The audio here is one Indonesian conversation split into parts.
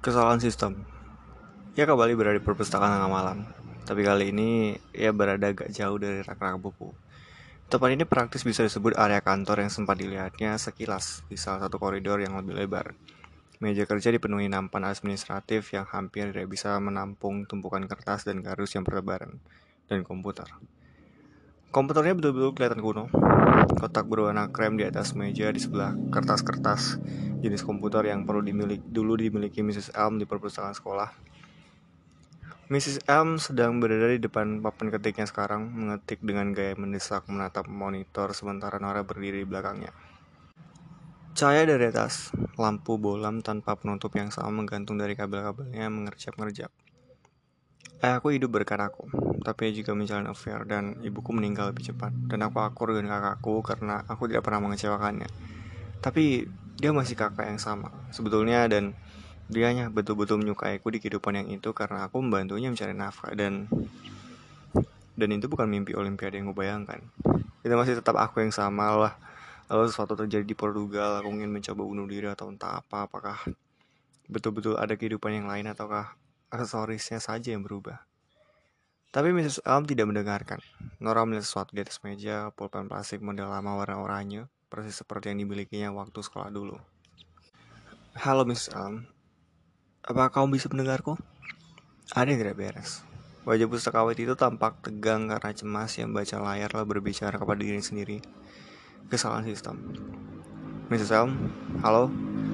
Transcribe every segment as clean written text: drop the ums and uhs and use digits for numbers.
Kesalahan sistem. Ia kembali berada di perpustakaan tengah malam. Tapi kali ini ia berada agak jauh dari rak-rak buku. Tempat ini praktis bisa disebut area kantor yang sempat dilihatnya sekilas di salah satu koridor yang lebih lebar. Meja kerja dipenuhi nampan administratif yang hampir tidak bisa menampung tumpukan kertas dan kardus yang berlebaran, dan komputer. Komputernya betul-betul kelihatan kuno. Kotak berwarna krem di atas meja di sebelah kertas-kertas jenis komputer yang dulu dimiliki Mrs. Elm di perpustakaan sekolah. Mrs. Elm sedang berada di depan papan ketiknya sekarang, mengetik dengan gaya mendesak menatap monitor sementara Nora berdiri di belakangnya. Cahaya dari atas, lampu bolam tanpa penutup yang sama menggantung dari kabel-kabelnya mengerjap-ngerjap. Ayahku hidup berkat aku, tapi ia juga menjalani affair dan ibuku meninggal lebih cepat. Dan aku akur dengan kakakku karena aku tidak pernah mengecewakannya. Tapi dia masih kakak yang sama sebetulnya, dan dia hanya betul-betul menyukaiku di kehidupan yang itu karena aku membantunya mencari nafkah, dan itu bukan mimpi olimpiade yang kubayangkan. Itu masih tetap aku yang sama lah. Lalu sesuatu terjadi di Portugal, aku ingin mencoba bunuh diri atau entah apa. Apakah betul-betul ada kehidupan yang lain ataukah aksesorisnya saja yang berubah? Tapi Mrs. Elm tidak mendengarkan. Nora melihat sesuatu di atas meja, pulpen plastik model lama warna oranye, persis seperti yang dimilikinya waktu sekolah dulu. Halo Mrs. Elm, apa kamu bisa mendengarku? Ada yang tidak beres. Wajah pustakawat itu tampak tegang karena cemas yang membaca layar lalu berbicara kepada diri sendiri. Kesalahan sistem. Mrs. Elm, halo?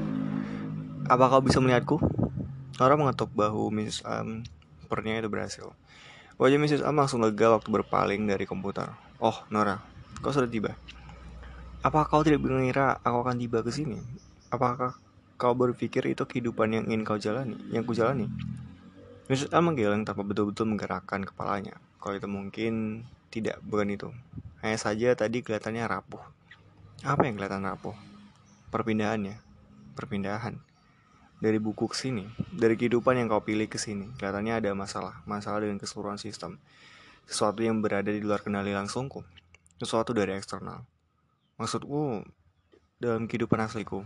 Apa kau bisa melihatku? Nora mengetuk bahu Mrs. Elm. Sepertinya itu berhasil. Wajah Mrs. Elm langsung lega waktu berpaling dari komputer. Oh, Nora, kau sudah tiba. Apa kau tidak mengira aku akan tiba ke sini? Apakah kau berpikir itu kehidupan yang ingin kau jalani, yang ku jalani? Mrs. Elm menggeleng tanpa betul-betul menggerakkan kepalanya. Kalau itu mungkin tidak, bukan itu. Hanya saja tadi kelihatannya rapuh. Apa yang kelihatan rapuh? Perpindahannya. Perpindahan. Dari buku ke sini, dari kehidupan yang kau pilih ke sini, kelihatannya ada masalah dengan keseluruhan sistem. Sesuatu yang berada di luar kendali langsungku. Sesuatu dari eksternal. Maksudku, dalam kehidupan asliku.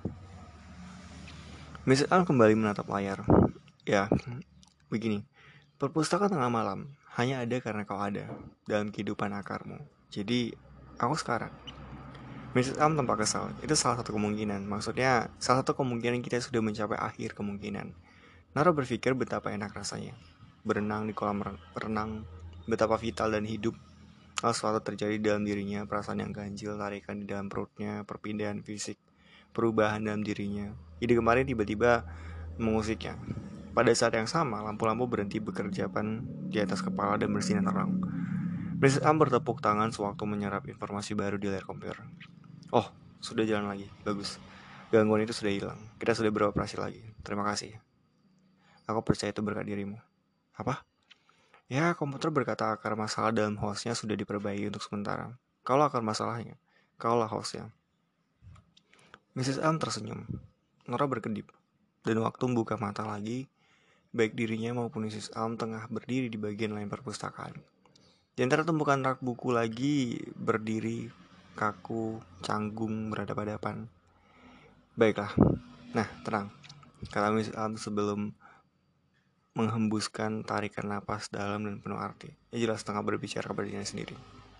Mrs. Elm kembali menatap layar. Ya, begini. Perpustakaan tengah malam hanya ada karena kau ada dalam kehidupan akarmu. Jadi, aku sekarang. Mrs. Elm tampak kesal. Itu salah satu kemungkinan. Maksudnya, salah satu kemungkinan kita sudah mencapai akhir kemungkinan. Nara berpikir betapa enak rasanya berenang di kolam renang, betapa vital dan hidup. Lalu sesuatu terjadi dalam dirinya, perasaan yang ganjil, tarikan di dalam perutnya, perpindahan fisik, perubahan dalam dirinya. Ide kemarin tiba-tiba mengusiknya. Pada saat yang sama, lampu-lampu berhenti bekerjakan di atas kepala dan bersinar terang. Mrs. Am bertepuk tangan sewaktu menyerap informasi baru di layar komputer. Oh, sudah jalan lagi. Bagus. Gangguan itu sudah hilang. Kita sudah beroperasi lagi. Terima kasih. Aku percaya itu berkat dirimu. Apa? Ya, komputer berkata akar masalah dalam hostnya sudah diperbaiki untuk sementara. Kaulah akar masalahnya. Kaulah hostnya. Mrs. Am tersenyum. Nora berkedip. Dan waktu membuka mata lagi, baik dirinya maupun Mrs. Am tengah berdiri di bagian lain perpustakaan. Di antara tumpukan rak buku lagi berdiri, kaku, canggung, berhadapan-hadapan. Baiklah. Nah, tenang. Kata Mrs. Am sebelum menghembuskan tarikan napas dalam dan penuh arti. Ia jelas tengah berbicara kepada dirinya sendiri.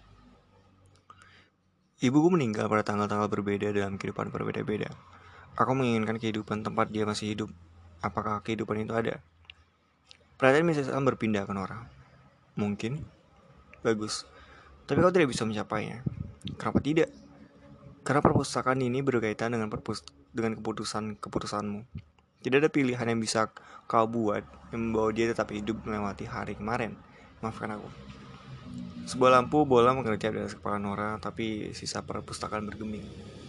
Ibuku meninggal pada tanggal-tanggal berbeda dalam kehidupan berbeda-beda. Aku menginginkan kehidupan tempat dia masih hidup. Apakah kehidupan itu ada? Perhatian Mrs. Am berpindah ke Nora. Mungkin. Bagus. Tapi kau tidak bisa mencapainya. Kenapa tidak? Karena perpustakaan ini berkaitan dengan keputusanmu. Tidak ada pilihan yang bisa kau buat yang membawa dia tetap hidup melewati hari kemarin. Maafkan aku. Sebuah lampu bola mengerjap di atas kepala Nora, tapi sisa perpustakaan bergeming.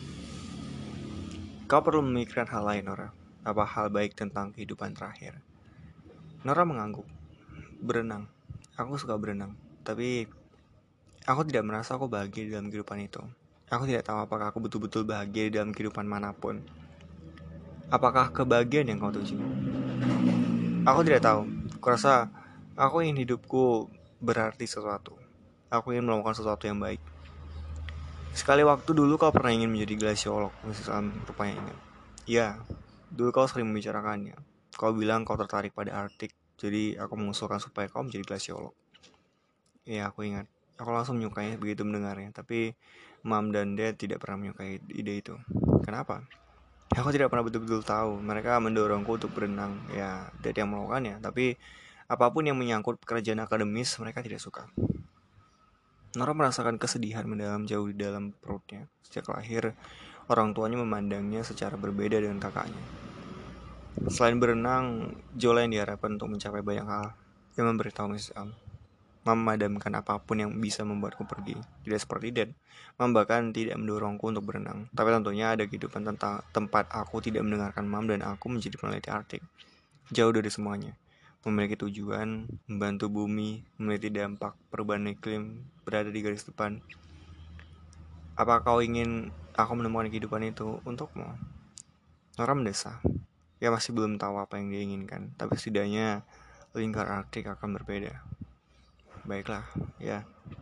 Kau perlu memikirkan hal lain, Nora. Apa hal baik tentang kehidupan terakhir? Nora mengangguk. Berenang. Aku suka berenang. Tapi aku tidak merasa aku bahagia dalam kehidupan itu. Aku tidak tahu apakah aku betul-betul bahagia dalam kehidupan manapun. Apakah kebahagiaan yang kau tuju? Aku tidak tahu. Kurasa aku ingin hidupku berarti sesuatu. Aku ingin melakukan sesuatu yang baik. Sekali waktu dulu kau pernah ingin menjadi glasiolog, Mrs. Am rupanya ingat. Ya, dulu kau sering membicarakannya. Kau bilang kau tertarik pada Arktik, jadi aku mengusulkan supaya kau menjadi glasiolog. Iya, aku ingat. Aku langsung menyukainya begitu mendengarnya, tapi Mom dan Dad tidak pernah menyukai ide itu. Kenapa? Aku tidak pernah betul-betul tahu. Mereka mendorongku untuk berenang. Ya, Dad yang melakukannya, tapi apapun yang menyangkut pekerjaan akademis, mereka tidak suka. Nora merasakan kesedihan mendalam jauh di dalam perutnya. Sejak lahir, orang tuanya memandangnya secara berbeda dengan kakaknya. Selain berenang, Jola yang diharapkan untuk mencapai banyak hal. Dia memberitahu Mrs. Am, memadamkan apapun yang bisa membuatku pergi. Tidak seperti Dad, Mam bahkan tidak mendorongku untuk berenang. Tapi tentunya ada kehidupan tentang tempat aku tidak mendengarkan Mam dan aku menjadi peneliti Arktik. Jauh dari semuanya. Memiliki tujuan, membantu bumi, meneliti dampak perubahan iklim, berada di garis depan. Apa kau ingin aku menemukan kehidupan itu untukmu? Nora mendesah. Dia masih belum tahu apa yang dia inginkan, tapi setidaknya lingkar Arktik akan berbeda. Baiklah, ya.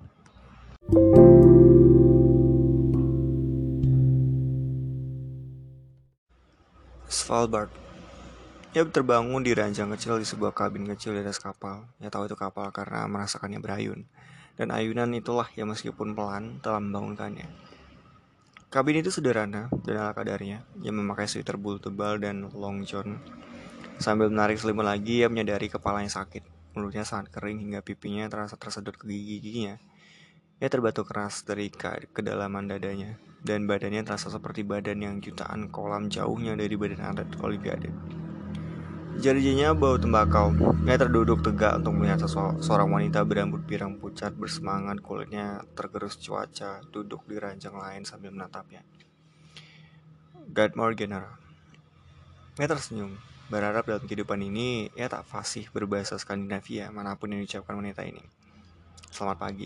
Svalbard. Ia terbangun di ranjang kecil di sebuah kabin kecil di atas kapal. Ia tahu itu kapal karena merasakannya berayun. Dan ayunan itulah yang meskipun pelan telah membangunkannya. Kabin itu sederhana dan ala kadarnya. Ia memakai sweater bulu tebal dan long john. Sambil menarik selimut lagi, ia menyadari kepalanya sakit. Mulutnya sangat kering hingga pipinya terasa tersedot ke gigi-giginya. Ia terbatuk keras dari kedalaman dadanya. Dan badannya terasa seperti badan yang jutaan kolam jauhnya dari badan atlet Olimpiade. Jari-jarinya bau tembakau. Ia terduduk tegak untuk melihat seorang wanita berambut pirang pucat bersemangat, kulitnya tergerus cuaca, duduk di ranjang lain sambil menatapnya. Gudmore Genera. Ia tersenyum, berharap dalam kehidupan ini ia tak fasih berbahasa Skandinavia manapun yang diucapkan wanita ini. Selamat pagi.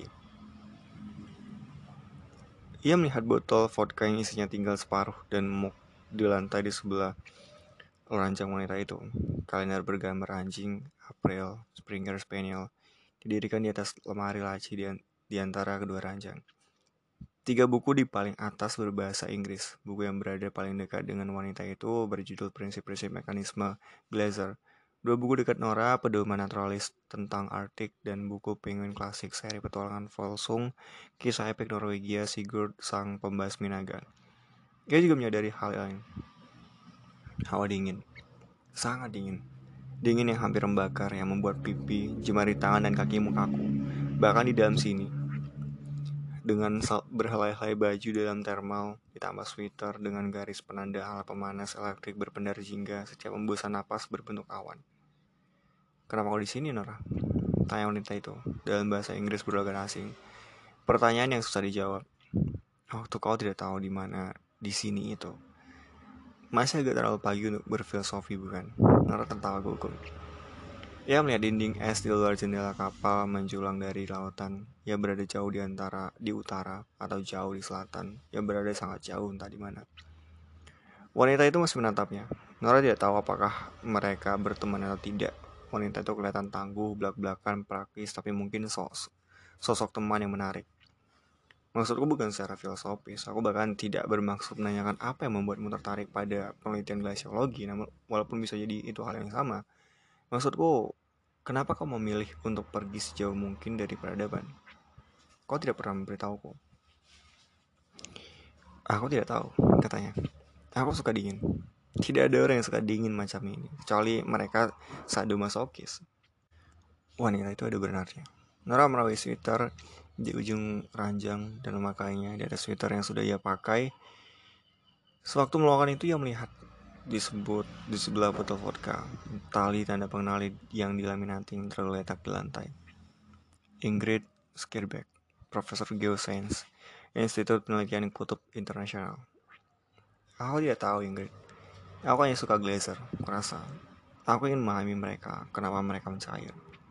Ia melihat botol vodka yang isinya tinggal separuh dan muk di lantai di sebelah ranjang wanita itu. Kalender bergambar anjing, April, Springer Spaniel, didirikan di atas lemari laci di antara kedua ranjang. 3 buku di paling atas berbahasa Inggris. Buku yang berada paling dekat dengan wanita itu berjudul Prinsip-prinsip Mekanisme Glaser. 2 buku dekat Nora, Pedoman Naturalis tentang Arktik, dan buku Penguin Klasik seri petualangan Volsung, kisah epik Norwegia Sigurd sang pembasmi naga. Ia juga menyadari hal lain. Hawa dingin. Sangat dingin. Dingin yang hampir membakar, yang membuat pipi, jemari tangan, dan kakimu kaku. Bahkan di dalam sini. Dengan berhelai-helai baju dalam thermal, ditambah sweater dengan garis penanda ala pemanas elektrik berpendar jingga setiap hembusan napas berbentuk awan. Kenapa kau di sini, Nora? Tanya wanita itu, dalam bahasa Inggris berlogat asing. Pertanyaan yang susah dijawab. Waktu kau tidak tahu di mana di sini itu. Masih agak terlalu pagi untuk berfilosofi, bukan? Nora tertawa gugup. Ia melihat dinding es di luar jendela kapal menjulang dari lautan. Ia berada jauh di utara atau jauh di selatan. Ia berada sangat jauh entah di mana. Wanita itu masih menatapnya. Nora tidak tahu apakah mereka berteman atau tidak. Wanita itu kelihatan tangguh, belak-belakan, praktis, tapi mungkin sosok teman yang menarik. Maksudku bukan secara filosofis. Aku bahkan tidak bermaksud menanyakan apa yang membuatmu tertarik pada penelitian glasiologi, namun walaupun bisa jadi itu hal yang sama. Maksudku, kenapa kau memilih untuk pergi sejauh mungkin dari peradaban? Kau tidak pernah memberitahuku. Aku tidak tahu, katanya. Aku suka dingin. Tidak ada orang yang suka dingin macam ini, kecuali mereka sadomasokis. Wanita itu ada benarnya. Nora merawat sweater di ujung ranjang dan memakainya di atas sweater yang sudah ia pakai. Sewaktu melakukan itu, ia melihat disebut di sebelah botol vodka, tali tanda pengenali yang dilaminating terletak di lantai. Ingrid Skirbeck, Profesor Geosains, Institut Penelitian Kutub Internasional. Aku tidak tahu, Ingrid. Aku hanya suka glaser, kurasa. Aku ingin memahami mereka, kenapa mereka mencair.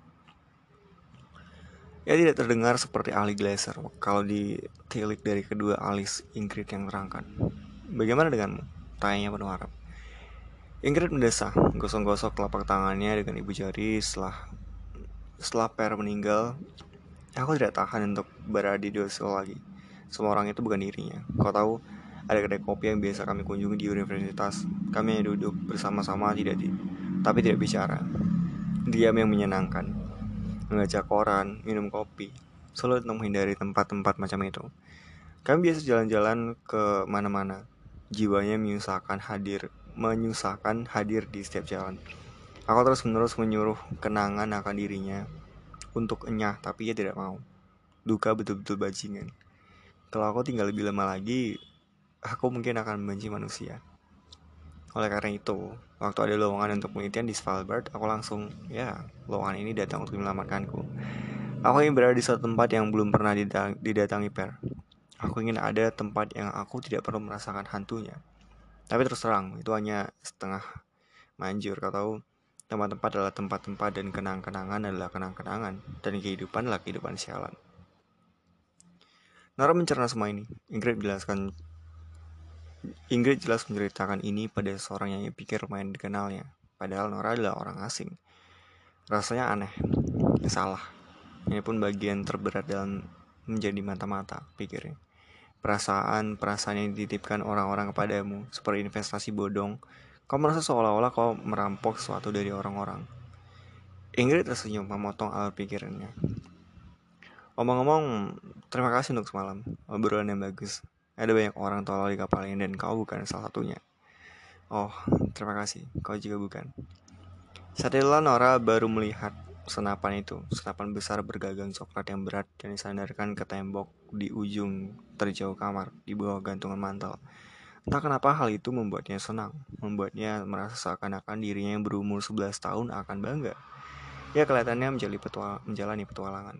Ia tidak terdengar seperti ahli glaser kalau ditilik dari kedua alis Ingrid yang terangkat. Bagaimana denganmu? Tanyanya penuh harap. Ingrid mendesah, gosok-gosok telapak tangannya dengan ibu jari. Setelah Per meninggal, aku tidak tahan untuk berada di dosil lagi. Semua orang itu bukan dirinya. Kau tahu, ada kedai kopi yang biasa kami kunjungi di universitas. Kami hanya duduk bersama-sama, tapi tidak bicara. Diam yang menyenangkan. Membaca koran, minum kopi. Sulit untuk menghindari tempat-tempat macam itu. Kami biasa jalan-jalan ke mana-mana. Jiwanya menyusahkan hadir di setiap jalan. Aku terus-menerus menyuruh kenangan akan dirinya untuk enyah, tapi ia tidak mau. Duka betul-betul bajingan. Kalau aku tinggal lebih lama lagi, aku mungkin akan membenci manusia. Oleh karena itu, waktu ada lowongan untuk penelitian di Svalbard, aku langsung, lowongan ini datang untuk menyelamatkanku. Aku ingin berada di suatu tempat yang belum pernah didatangi Per. Aku ingin ada tempat yang aku tidak perlu merasakan hantunya. Tapi terus terang, itu hanya setengah manjur. Kau tahu, tempat-tempat adalah tempat-tempat dan kenang-kenangan adalah kenang-kenangan. Dan kehidupan adalah kehidupan sialan. Nora mencerna semua ini. Ingrid jelas menceritakan ini pada seorang yang pikir lumayan dikenalnya. Padahal Nora adalah orang asing. Rasanya aneh, salah. Ini pun bagian terberat dalam menjadi mata-mata, pikirnya. Perasaan yang dititipkan orang-orang kepadamu, seperti investasi bodong. Kau merasa seolah-olah kau merampok sesuatu dari orang-orang. Ingrid tersenyum memotong alur pikirannya. Omong-omong, terima kasih untuk semalam. Obrolan yang bagus. Ada banyak orang tolol di kapal ini dan kau bukan salah satunya. Oh, terima kasih. Kau juga bukan. Saat itulah Nora baru melihat senapan itu. Senapan besar bergagang coklat yang berat yang disandarkan ke tembok di ujung terjauh kamar di bawah gantungan mantel. Entah kenapa hal itu membuatnya senang. Membuatnya merasa seakan-akan dirinya yang berumur 11 tahun akan bangga. Ya, kelihatannya menjalani petualangan.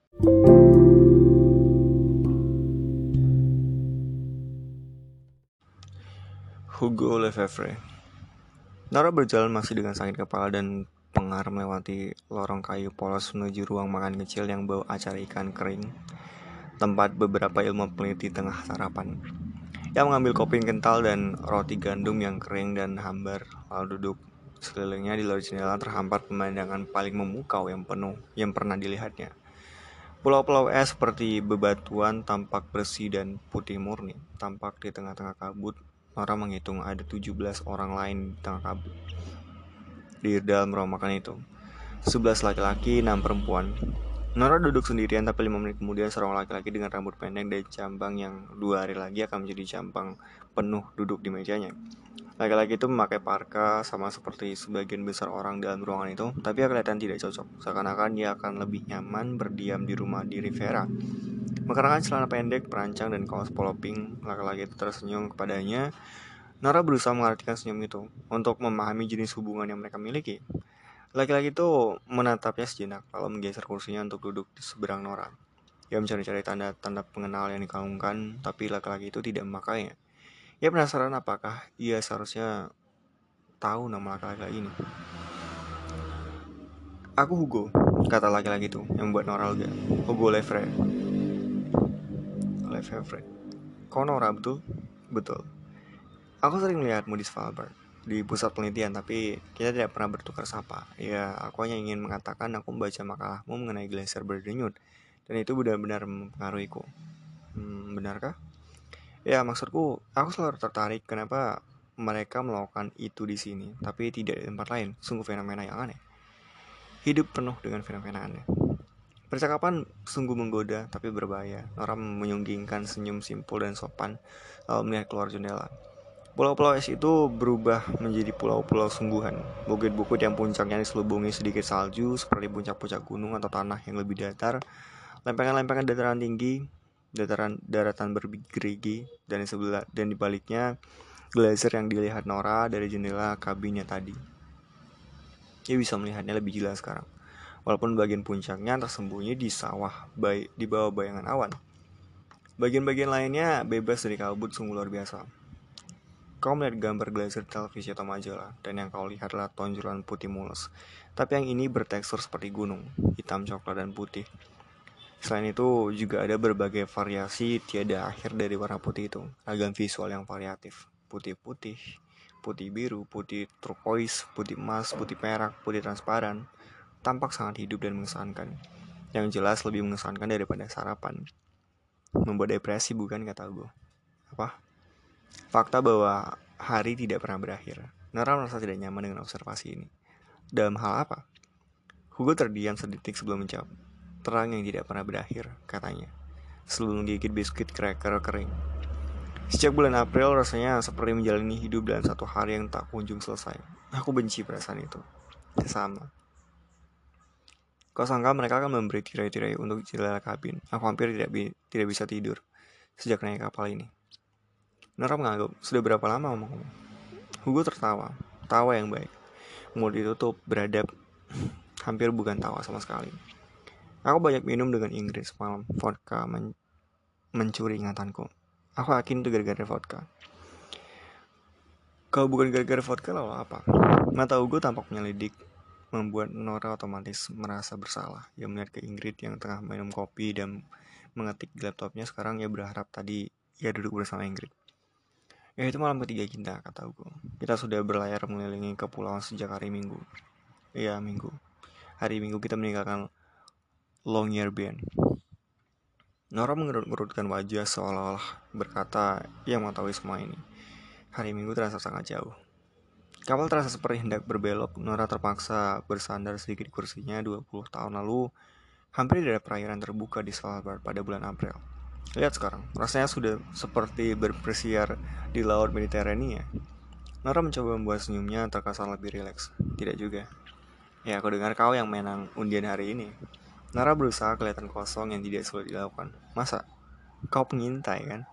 Hugo Lefevre. Nora berjalan masih dengan sakit kepala dan pengar melewati lorong kayu polos menuju ruang makan kecil yang bau acar ikan kering, tempat beberapa ilmu peneliti tengah sarapan. Ia mengambil kopi kental dan roti gandum yang kering dan hambar, lalu duduk. Sekelilingnya di luar jendela terhampar pemandangan paling memukau yang pernah dilihatnya. Pulau-pulau es seperti bebatuan tampak bersih dan putih murni, tampak di tengah-tengah kabut. Nora menghitung ada 17 orang lain di tengah kabut. Di dalam ruang makan itu 11 laki-laki, 6 perempuan. Nora duduk sendirian, tapi 5 menit kemudian seorang laki-laki dengan rambut pendek dan jambang yang 2 hari lagi akan menjadi jambang penuh duduk di mejanya. Laki-laki itu memakai parka sama seperti sebagian besar orang dalam ruangan itu, tapi kelihatan tidak cocok. Seakan-akan dia akan lebih nyaman berdiam di rumah di Riviera. Mengenakan celana pendek, perancang, dan kaos polo pink, laki-laki itu tersenyum kepadanya. Nora berusaha mengartikan senyum itu untuk memahami jenis hubungan yang mereka miliki. Laki-laki itu menatapnya sejenak, lalu menggeser kursinya untuk duduk di seberang Nora. Ia mencari-cari tanda-tanda pengenal yang dikalungkan, tapi laki-laki itu tidak memakainya. Ia penasaran apakah ia seharusnya tahu nama laki-laki ini. Aku Hugo, kata laki-laki itu, yang membuat Nora lega. Hugo Lefevre. Kau Nora, betul? Betul. Aku sering melihatmu di Svalbard, di pusat penelitian, tapi kita tidak pernah bertukar sapa. Ya, aku hanya ingin mengatakan aku membaca makalahmu mengenai glasier berdenyut, dan itu benar-benar mempengaruhiku. Benarkah? Ya, maksudku, aku selalu tertarik kenapa mereka melakukan itu di sini, tapi tidak di tempat lain. Sungguh fenomena yang aneh. Hidup penuh dengan fenomena aneh. Percakapan sungguh menggoda, tapi berbahaya. Nora menyunggingkan senyum simpul dan sopan, lalu melihat keluar jendela. Pulau-pulau es itu berubah menjadi pulau-pulau sungguhan. Bukit-bukit yang puncaknya diselubungi sedikit salju, seperti puncak-puncak gunung atau tanah yang lebih datar. Lempengan-lempengan dataran tinggi, daratan bergerigi, dan di baliknya glacier yang dilihat Nora dari jendela kabinnya tadi. Ia bisa melihatnya lebih jelas sekarang, walaupun bagian puncaknya tersembunyi di sawah di bawah bayangan awan. Bagian-bagian lainnya bebas dari kabut, sungguh luar biasa. Kau melihat gambar glacier di televisi atau majalah, dan yang kau lihat adalah tonjolan putih mulus. Tapi yang ini bertekstur seperti gunung, hitam, coklat, dan putih. Selain itu, juga ada berbagai variasi tiada akhir dari warna putih itu. Ragam visual yang variatif. Putih-putih, putih biru, putih turquoise, putih emas, putih perak, putih transparan. Tampak sangat hidup dan mengesankan. Yang jelas lebih mengesankan daripada sarapan. Membuat depresi, bukan, kata gue. Apa? Fakta bahwa hari tidak pernah berakhir. Nora merasa tidak nyaman dengan observasi ini. Dalam hal apa? Hugo terdiam sedetik sebelum menjawab. Perang yang tidak pernah berakhir, katanya, sebelum menggigit biskuit cracker kering. Sejak bulan April, rasanya seperti menjalani hidup dalam satu hari yang tak kunjung selesai. Aku benci perasaan itu. Sama. Kau sangka mereka akan memberi tirai-tirai untuk jendela kabin. Aku hampir tidak bisa tidur sejak naik kapal ini. Nora mengangguk, sudah berapa lama ngomong-ngomong? Hugo tertawa, tawa yang baik. Mulut ditutup, beradab, hampir bukan tawa sama sekali. Aku banyak minum dengan Inggris semalam. Vodka mencuri ingatanku. Aku yakin itu gara-gara vodka. Kalau bukan gara-gara vodka, lalu apa? Mata Hugo tampak menyelidik, membuat Nora otomatis merasa bersalah. Ia melihat ke Ingrid yang tengah minum kopi dan mengetik di laptopnya. Sekarang ia berharap tadi ia duduk bersama Ingrid. Ya itu malam ketiga kita, kata Hugo. Kita sudah berlayar mengelilingi kepulauan sejak hari Minggu. Iya, Minggu. Hari Minggu kita meninggalkan Longyearbyen. Nora mengerut-ngerutkan wajah seolah-olah berkata ia mengetahui semua ini. Hari Minggu terasa sangat jauh. Kapal terasa seperti hendak berbelok. Nora terpaksa bersandar sedikit di kursinya. 20 tahun lalu, hampir tidak ada perairan terbuka di Svalbard pada bulan April. Lihat sekarang, rasanya sudah seperti berpesiar di laut Mediterania. Nora mencoba membuat senyumnya terkesan lebih rileks. Tidak juga. Ya, aku dengar kau yang menang undian hari ini. Nora berusaha kelihatan kosong yang tidak sulit dilakukan. Masa? Kau pengintai kan?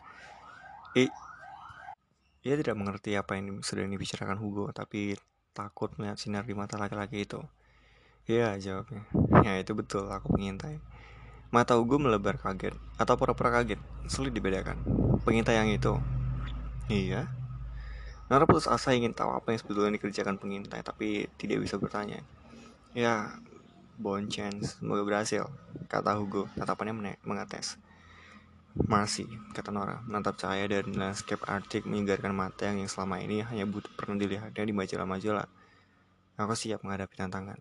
Ia tidak mengerti apa yang sedang dibicarakan Hugo, tapi takut melihat sinar di mata laki-laki itu. Ya, jawabnya. Ya, itu betul, aku pengintai. Mata Hugo melebar kaget, atau pura-pura kaget. Sulit dibedakan. Pengintai yang itu? Iya. Nora putus asa ingin tahu apa yang sebetulnya dikerjakan pengintai, tapi tidak bisa bertanya. Ya, Bonchance, semoga berhasil, kata Hugo, tatapannya mengetes. Masih, kata Nora, menatap cahaya dari landscape Arktik menyegarkan mata yang selama ini hanya pernah dilihatnya di majalah-majalah. Aku siap menghadapi tantangan.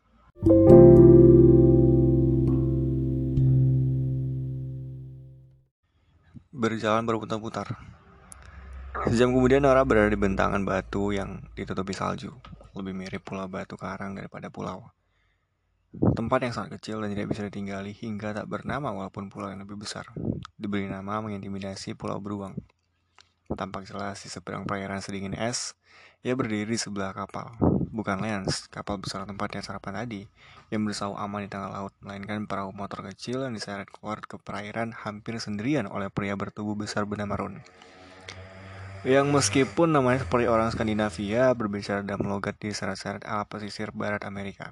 Berjalan berputar-putar. Sejam kemudian Nora berada di bentangan batu yang ditutupi salju. Lebih mirip pulau Batu Karang daripada pulau. Tempat yang sangat kecil dan tidak bisa ditinggali hingga tak bernama walaupun pulau yang lebih besar. Diberi nama mengintimidasi Pulau Beruang. Tampak jelas di seberang perairan sedingin es, ia berdiri di sebelah kapal. Bukan Lance, kapal besar tempatnya sarapan tadi, yang bersau aman di tengah laut, melainkan perahu motor kecil yang diseret keluar ke perairan hampir sendirian oleh pria bertubuh besar bernama Ron. Yang meskipun namanya seperti orang Skandinavia, berbicara dalam logat di seret-seret ala pesisir barat Amerika.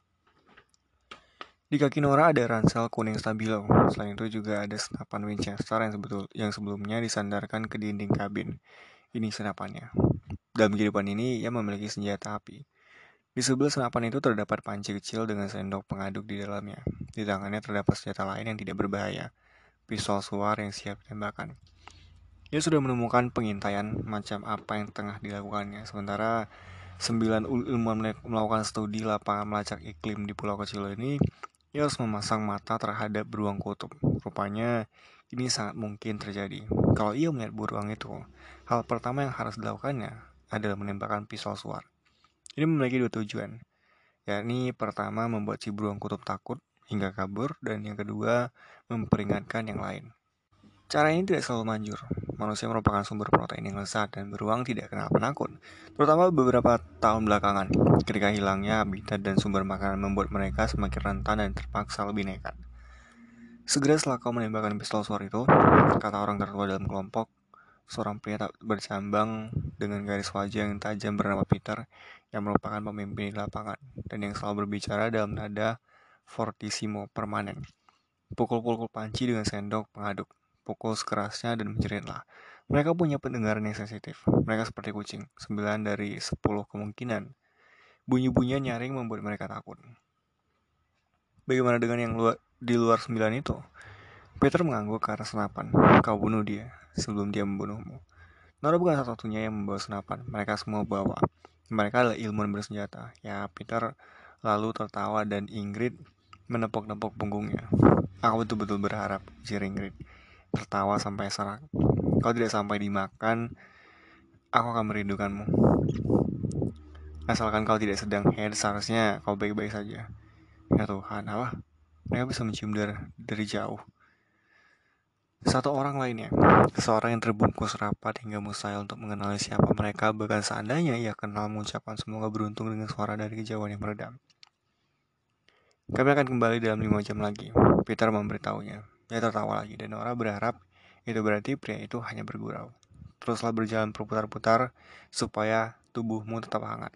Di kaki Nora ada ransel kuning stabilo. Selain itu juga ada senapan Winchester yang sebelumnya disandarkan ke dinding kabin. Ini senapannya. Dalam kehidupan ini, ia memiliki senjata api. Di sebelah senapan itu terdapat panci kecil dengan sendok pengaduk di dalamnya. Di tangannya terdapat senjata lain yang tidak berbahaya, pistol suar yang siap ditembakkan. Ia sudah menemukan pengintaian macam apa yang tengah dilakukannya. Sementara 9 ilmuwan melakukan studi lapangan melacak iklim di pulau kecil ini, ia harus memasang mata terhadap beruang kutub. Rupanya ini sangat mungkin terjadi. Kalau ia melihat beruang itu, hal pertama yang harus dilakukannya adalah menembakkan pistol suar. Ini memiliki dua tujuan, yakni pertama membuat si beruang kutub takut hingga kabur, dan yang kedua memperingatkan yang lain. Cara ini tidak selalu manjur. Manusia merupakan sumber protein yang lezat dan beruang tidak kenal penakut, terutama beberapa tahun belakangan, ketika hilangnya habitat dan sumber makanan membuat mereka semakin rentan dan terpaksa lebih nekat. Segera setelah kau menembakkan pistol suar itu, kata orang tertua dalam kelompok, seorang pria tak bercambang dengan garis wajah yang tajam bernama Peter, yang merupakan pemimpin di lapangan, dan yang selalu berbicara dalam nada fortissimo permanen. Pukul-pukul panci dengan sendok pengaduk. Pukul sekerasnya dan menjeritlah. Mereka punya pendengaran yang sensitif. Mereka seperti kucing. 9 dari 10 kemungkinan. Bunyi-bunyian nyaring membuat mereka takut. Bagaimana dengan yang di luar 9 itu? Peter mengangguk ke arah senapan. Kau bunuh dia sebelum dia membunuhmu. Nora bukan satu-satunya yang membawa senapan. Mereka semua bawa. Mereka adalah ilmuwan bersenjata. Ya, Peter lalu tertawa dan Ingrid menepuk-nepuk punggungnya. Aku betul-betul berharap, ujar Ingrid, tertawa sampai serak. Kau tidak sampai dimakan, aku akan merindukanmu. Asalkan kau tidak sedang head, seharusnya kau baik-baik saja. Ya Tuhan, apa? Mereka bisa mencium dari jauh. Satu orang lainnya, seseorang yang terbungkus rapat hingga mustahil untuk mengenali siapa mereka, bahkan seandainya ia kenal mengucapkan semoga beruntung dengan suara dari kejauhan yang meredam. Kami akan kembali dalam 5 jam lagi, Peter memberitahunya. Dia tertawa lagi dan Nora berharap itu berarti pria itu hanya bergurau. Teruslah berjalan berputar-putar supaya tubuhmu tetap hangat.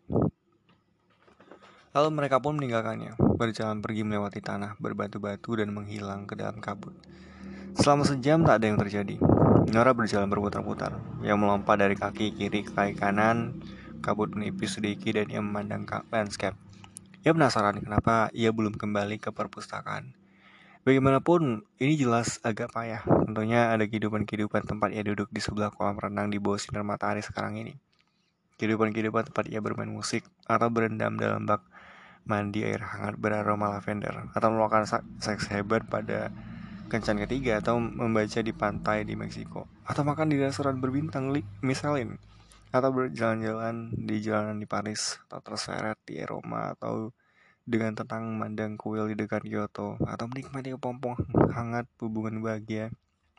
Lalu mereka pun meninggalkannya, berjalan pergi melewati tanah berbatu-batu dan menghilang ke dalam kabut. Selama sejam tak ada yang terjadi. Nora berjalan berputar-putar, yang melompat dari kaki kiri ke kaki kanan, kabut menipis sedikit dan ia memandang landscape. Ia penasaran kenapa ia belum kembali ke perpustakaan. Bagaimanapun, ini jelas agak payah. Tentunya ada kehidupan-kehidupan tempat ia duduk di sebelah kolam renang di bawah sinar matahari sekarang ini. Kehidupan-kehidupan tempat ia bermain musik, atau berendam dalam bak mandi air hangat beraroma lavender, atau melakukan seks hebat pada kencan ketiga, atau membaca di pantai di Meksiko, atau makan di restoran berbintang Michelin, atau berjalan-jalan di jalanan di Paris, atau terseret di Roma, atau dengan tenang memandang kuil di dekat Kyoto, atau menikmati kepompong hangat hubungan bahagia.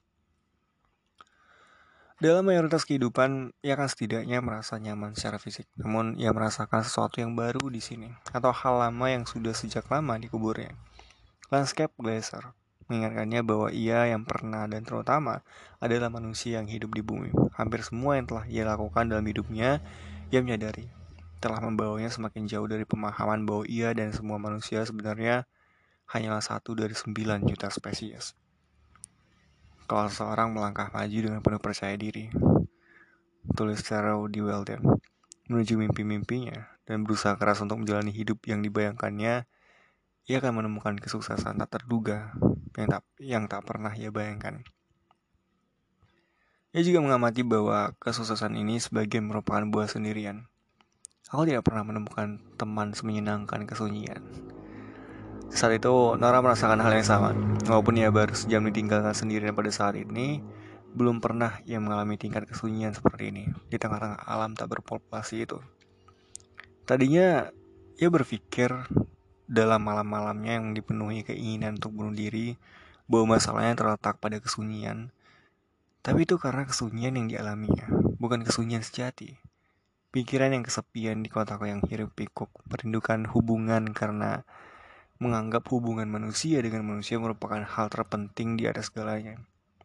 Dalam mayoritas kehidupan, ia akan setidaknya merasa nyaman secara fisik. Namun, ia merasakan sesuatu yang baru di sini, atau hal lama yang sudah sejak lama dikuburnya. Landscape Glacier mengingatkannya bahwa ia yang pernah dan terutama adalah manusia yang hidup di bumi. Hampir semua yang telah ia lakukan dalam hidupnya, ia menyadari telah membawanya semakin jauh dari pemahaman bahwa ia dan semua manusia sebenarnya hanyalah 1 dari 9 juta spesies. Kalau seseorang melangkah maju dengan penuh percaya diri, tulis Sarah D. Weldon, menuju mimpi-mimpinya dan berusaha keras untuk menjalani hidup yang dibayangkannya, ia akan menemukan kesuksesan tak terduga yang tak pernah ia bayangkan. Ia juga mengamati bahwa kesuksesan ini sebagian merupakan buah sendirian. Aku tidak pernah menemukan teman semenyenangkan kesunyian. Saat itu, Nora merasakan hal yang sama. Walaupun ia baru sejam ditinggalkan sendirian pada saat ini, belum pernah ia mengalami tingkat kesunyian seperti ini di tengah-tengah alam tak berpopulasi itu. Tadinya, ia berpikir dalam malam-malamnya yang dipenuhi keinginan untuk bunuh diri, bahwa masalahnya terletak pada kesunyian. Tapi itu karena kesunyian yang dialaminya, bukan kesunyian sejati. Pikiran yang kesepian di kotaku yang hiruk pikuk, merindukan hubungan karena menganggap hubungan manusia dengan manusia merupakan hal terpenting di atas segalanya.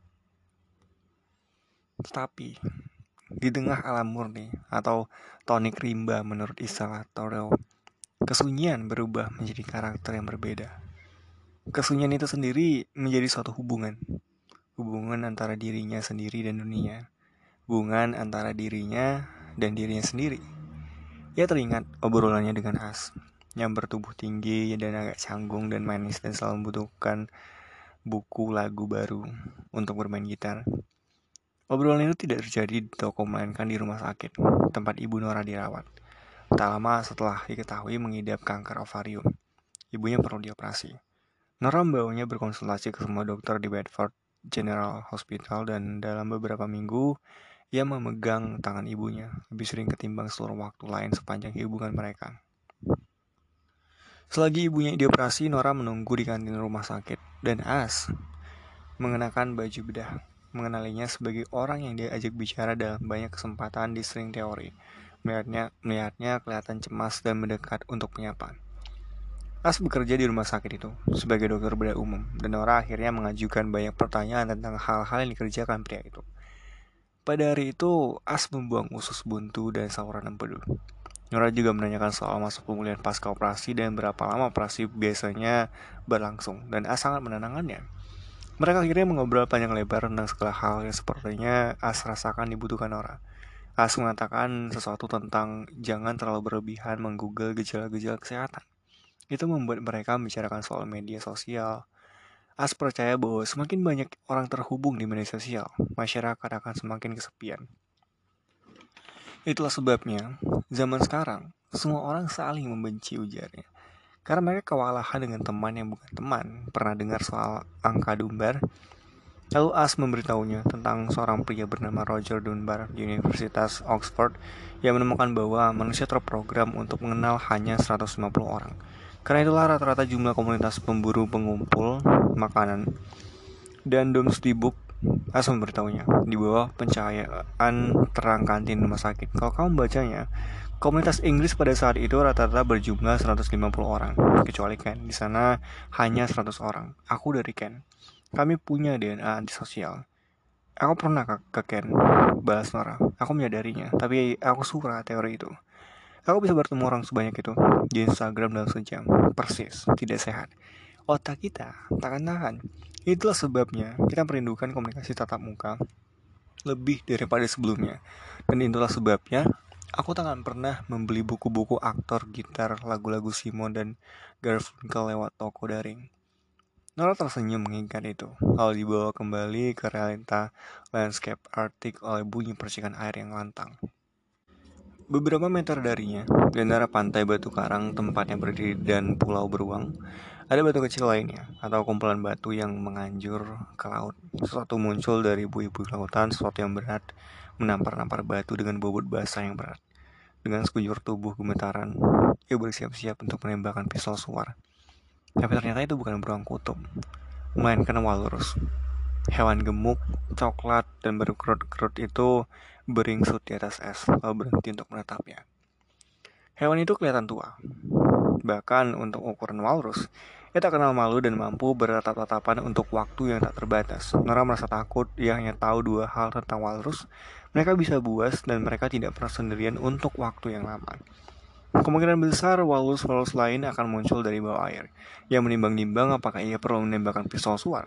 Tetapi, di tengah alam murni atau tonik rimba menurut istilah Thoreau, kesunyian berubah menjadi karakter yang berbeda. Kesunyian itu sendiri menjadi suatu hubungan antara dirinya sendiri dan dunia, hubungan antara dirinya dan dirinya sendiri. Ia teringat obrolannya dengan As, yang bertubuh tinggi dan agak canggung dan manis dan selalu membutuhkan buku lagu baru untuk bermain gitar. Obrolan itu tidak terjadi di toko melainkan di rumah sakit, tempat ibu Nora dirawat. Tak lama setelah diketahui mengidap kanker ovarium, ibunya perlu dioperasi. Nora membawanya berkonsultasi ke semua dokter di Bedford General Hospital dan dalam beberapa minggu, ia memegang tangan ibunya, lebih sering ketimbang seluruh waktu lain sepanjang hubungan mereka. Selagi ibunya dioperasi, Nora menunggu di kantin rumah sakit, dan As mengenakan baju bedah, mengenalinya sebagai orang yang dia ajak bicara dalam banyak kesempatan di string teori. Melihatnya kelihatan cemas dan mendekat untuk menyapa. As bekerja di rumah sakit itu sebagai dokter bedah umum, dan Nora akhirnya mengajukan banyak pertanyaan tentang hal-hal yang dikerjakan pria itu. Pada hari itu, As membuang usus buntu dan saluran empedu. Nora juga menanyakan soal masa pemulihan pasca operasi dan berapa lama operasi biasanya berlangsung, dan As sangat menenangkannya. Mereka akhirnya mengobrol panjang lebar tentang segala hal yang sepertinya As rasakan dibutuhkan Nora. As mengatakan sesuatu tentang jangan terlalu berlebihan menggoogle gejala-gejala kesehatan. Itu membuat mereka membicarakan soal media sosial. As percaya bahwa semakin banyak orang terhubung di media sosial, masyarakat akan semakin kesepian. Itulah sebabnya, zaman sekarang, semua orang saling membenci, ujarnya. Karena mereka kewalahan dengan teman yang bukan teman. Pernah dengar soal angka Dunbar? Lalu As memberitahunya tentang seorang pria bernama Roger Dunbar di Universitas Oxford yang menemukan bahwa manusia terprogram untuk mengenal hanya 150 orang. Karena itulah rata-rata jumlah komunitas pemburu pengumpul makanan dan Domesday Book. As memberitahunya di bawah pencahayaan terang kantin rumah sakit. Kalau kamu bacanya, komunitas Inggris pada saat itu rata-rata berjumlah 150 orang, kecuali Ken. Di sana hanya 100 orang. Aku dari Ken. Kami punya DNA antisosial. Aku pernah ke Ken, balas Nora. Aku menyadarinya, tapi aku suka teori itu. Aku bisa bertemu orang sebanyak itu di Instagram dalam sejam. Persis, tidak sehat. Otak kita takkan tahan. Itulah sebabnya kita merindukan komunikasi tatap muka lebih daripada sebelumnya. Dan itulah sebabnya aku takkan pernah membeli buku-buku aktor gitar lagu-lagu Simon dan Garfunkel lewat toko daring. Nora tersenyum mengingat itu, lalu dibawa kembali ke realita landscape Arctic oleh bunyi percikan air yang lantang. Beberapa meter darinya, di antara pantai batu karang tempatnya berdiri dan pulau beruang, ada batu kecil lainnya, atau kumpulan batu yang menganjur ke laut. Sesuatu muncul dari buih-buih lautan, sesuatu yang berat, menampar-nampar batu dengan bobot basah yang berat. Dengan sekujur tubuh gemetaran, ia bersiap-siap untuk menembakkan pistol suar. Tapi ternyata itu bukan beruang kutub, melainkan walrus. Hewan gemuk, coklat, dan berkerut-kerut itu beringsut di atas es, lalu berhenti untuk menatapnya. Hewan itu kelihatan tua. Bahkan untuk ukuran walrus, ia tak kenal malu dan mampu bertatap-tatapan untuk waktu yang tak terbatas. Nora merasa takut, ia hanya tahu dua hal tentang walrus. Mereka bisa buas dan mereka tidak pernah sendirian untuk waktu yang lama. Kemungkinan besar walrus-walrus lain akan muncul dari bawah air, yang menimbang-nimbang apakah ia perlu menembakkan pistol suar.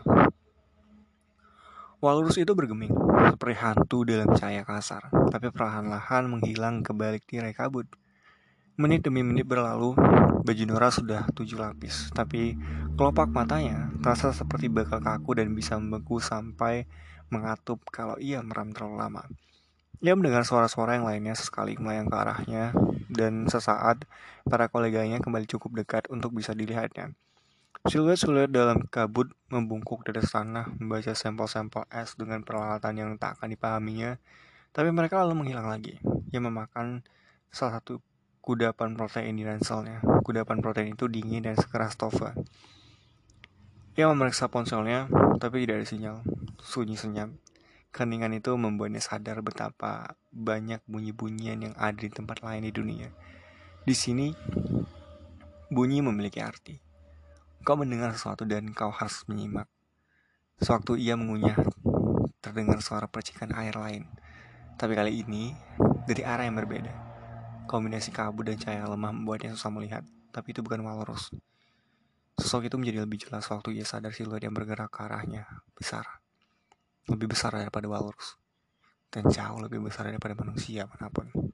Walrus itu bergeming, seperti hantu dalam cahaya kasar, tapi perlahan-lahan menghilang ke balik tirai kabut. Menit demi menit berlalu, baju Nora sudah 7 lapis, tapi kelopak matanya terasa seperti bakal kaku dan bisa membeku sampai mengatup kalau ia meram terlalu lama. Ia mendengar suara-suara yang lainnya sesekali melayang ke arahnya, dan sesaat para koleganya kembali cukup dekat untuk bisa dilihatnya. Siluet-siluet dalam kabut membungkuk dari tanah membaca sampel-sampel es dengan peralatan yang tak akan dipahaminya, tapi mereka lalu menghilang lagi. Ia memakan salah satu kudapan protein di ranselnya. Kudapan protein itu dingin dan sekeras tofu. Ia memeriksa ponselnya, tapi tidak ada sinyal. Sunyi senyap. Keningan itu membuatnya sadar betapa banyak bunyi-bunyian yang ada di tempat lain di dunia. Di sini, bunyi memiliki arti. Kau mendengar sesuatu dan kau harus menyimak. Sewaktu ia mengunyah, terdengar suara percikan air lain. Tapi kali ini, dari arah yang berbeda. Kombinasi kabut dan cahaya lemah membuatnya susah melihat, tapi itu bukan walrus. Sosok itu menjadi lebih jelas waktu ia sadar siluet yang bergerak ke arahnya. Besar. Lebih besar daripada walrus. Dan jauh lebih besar daripada manusia manapun.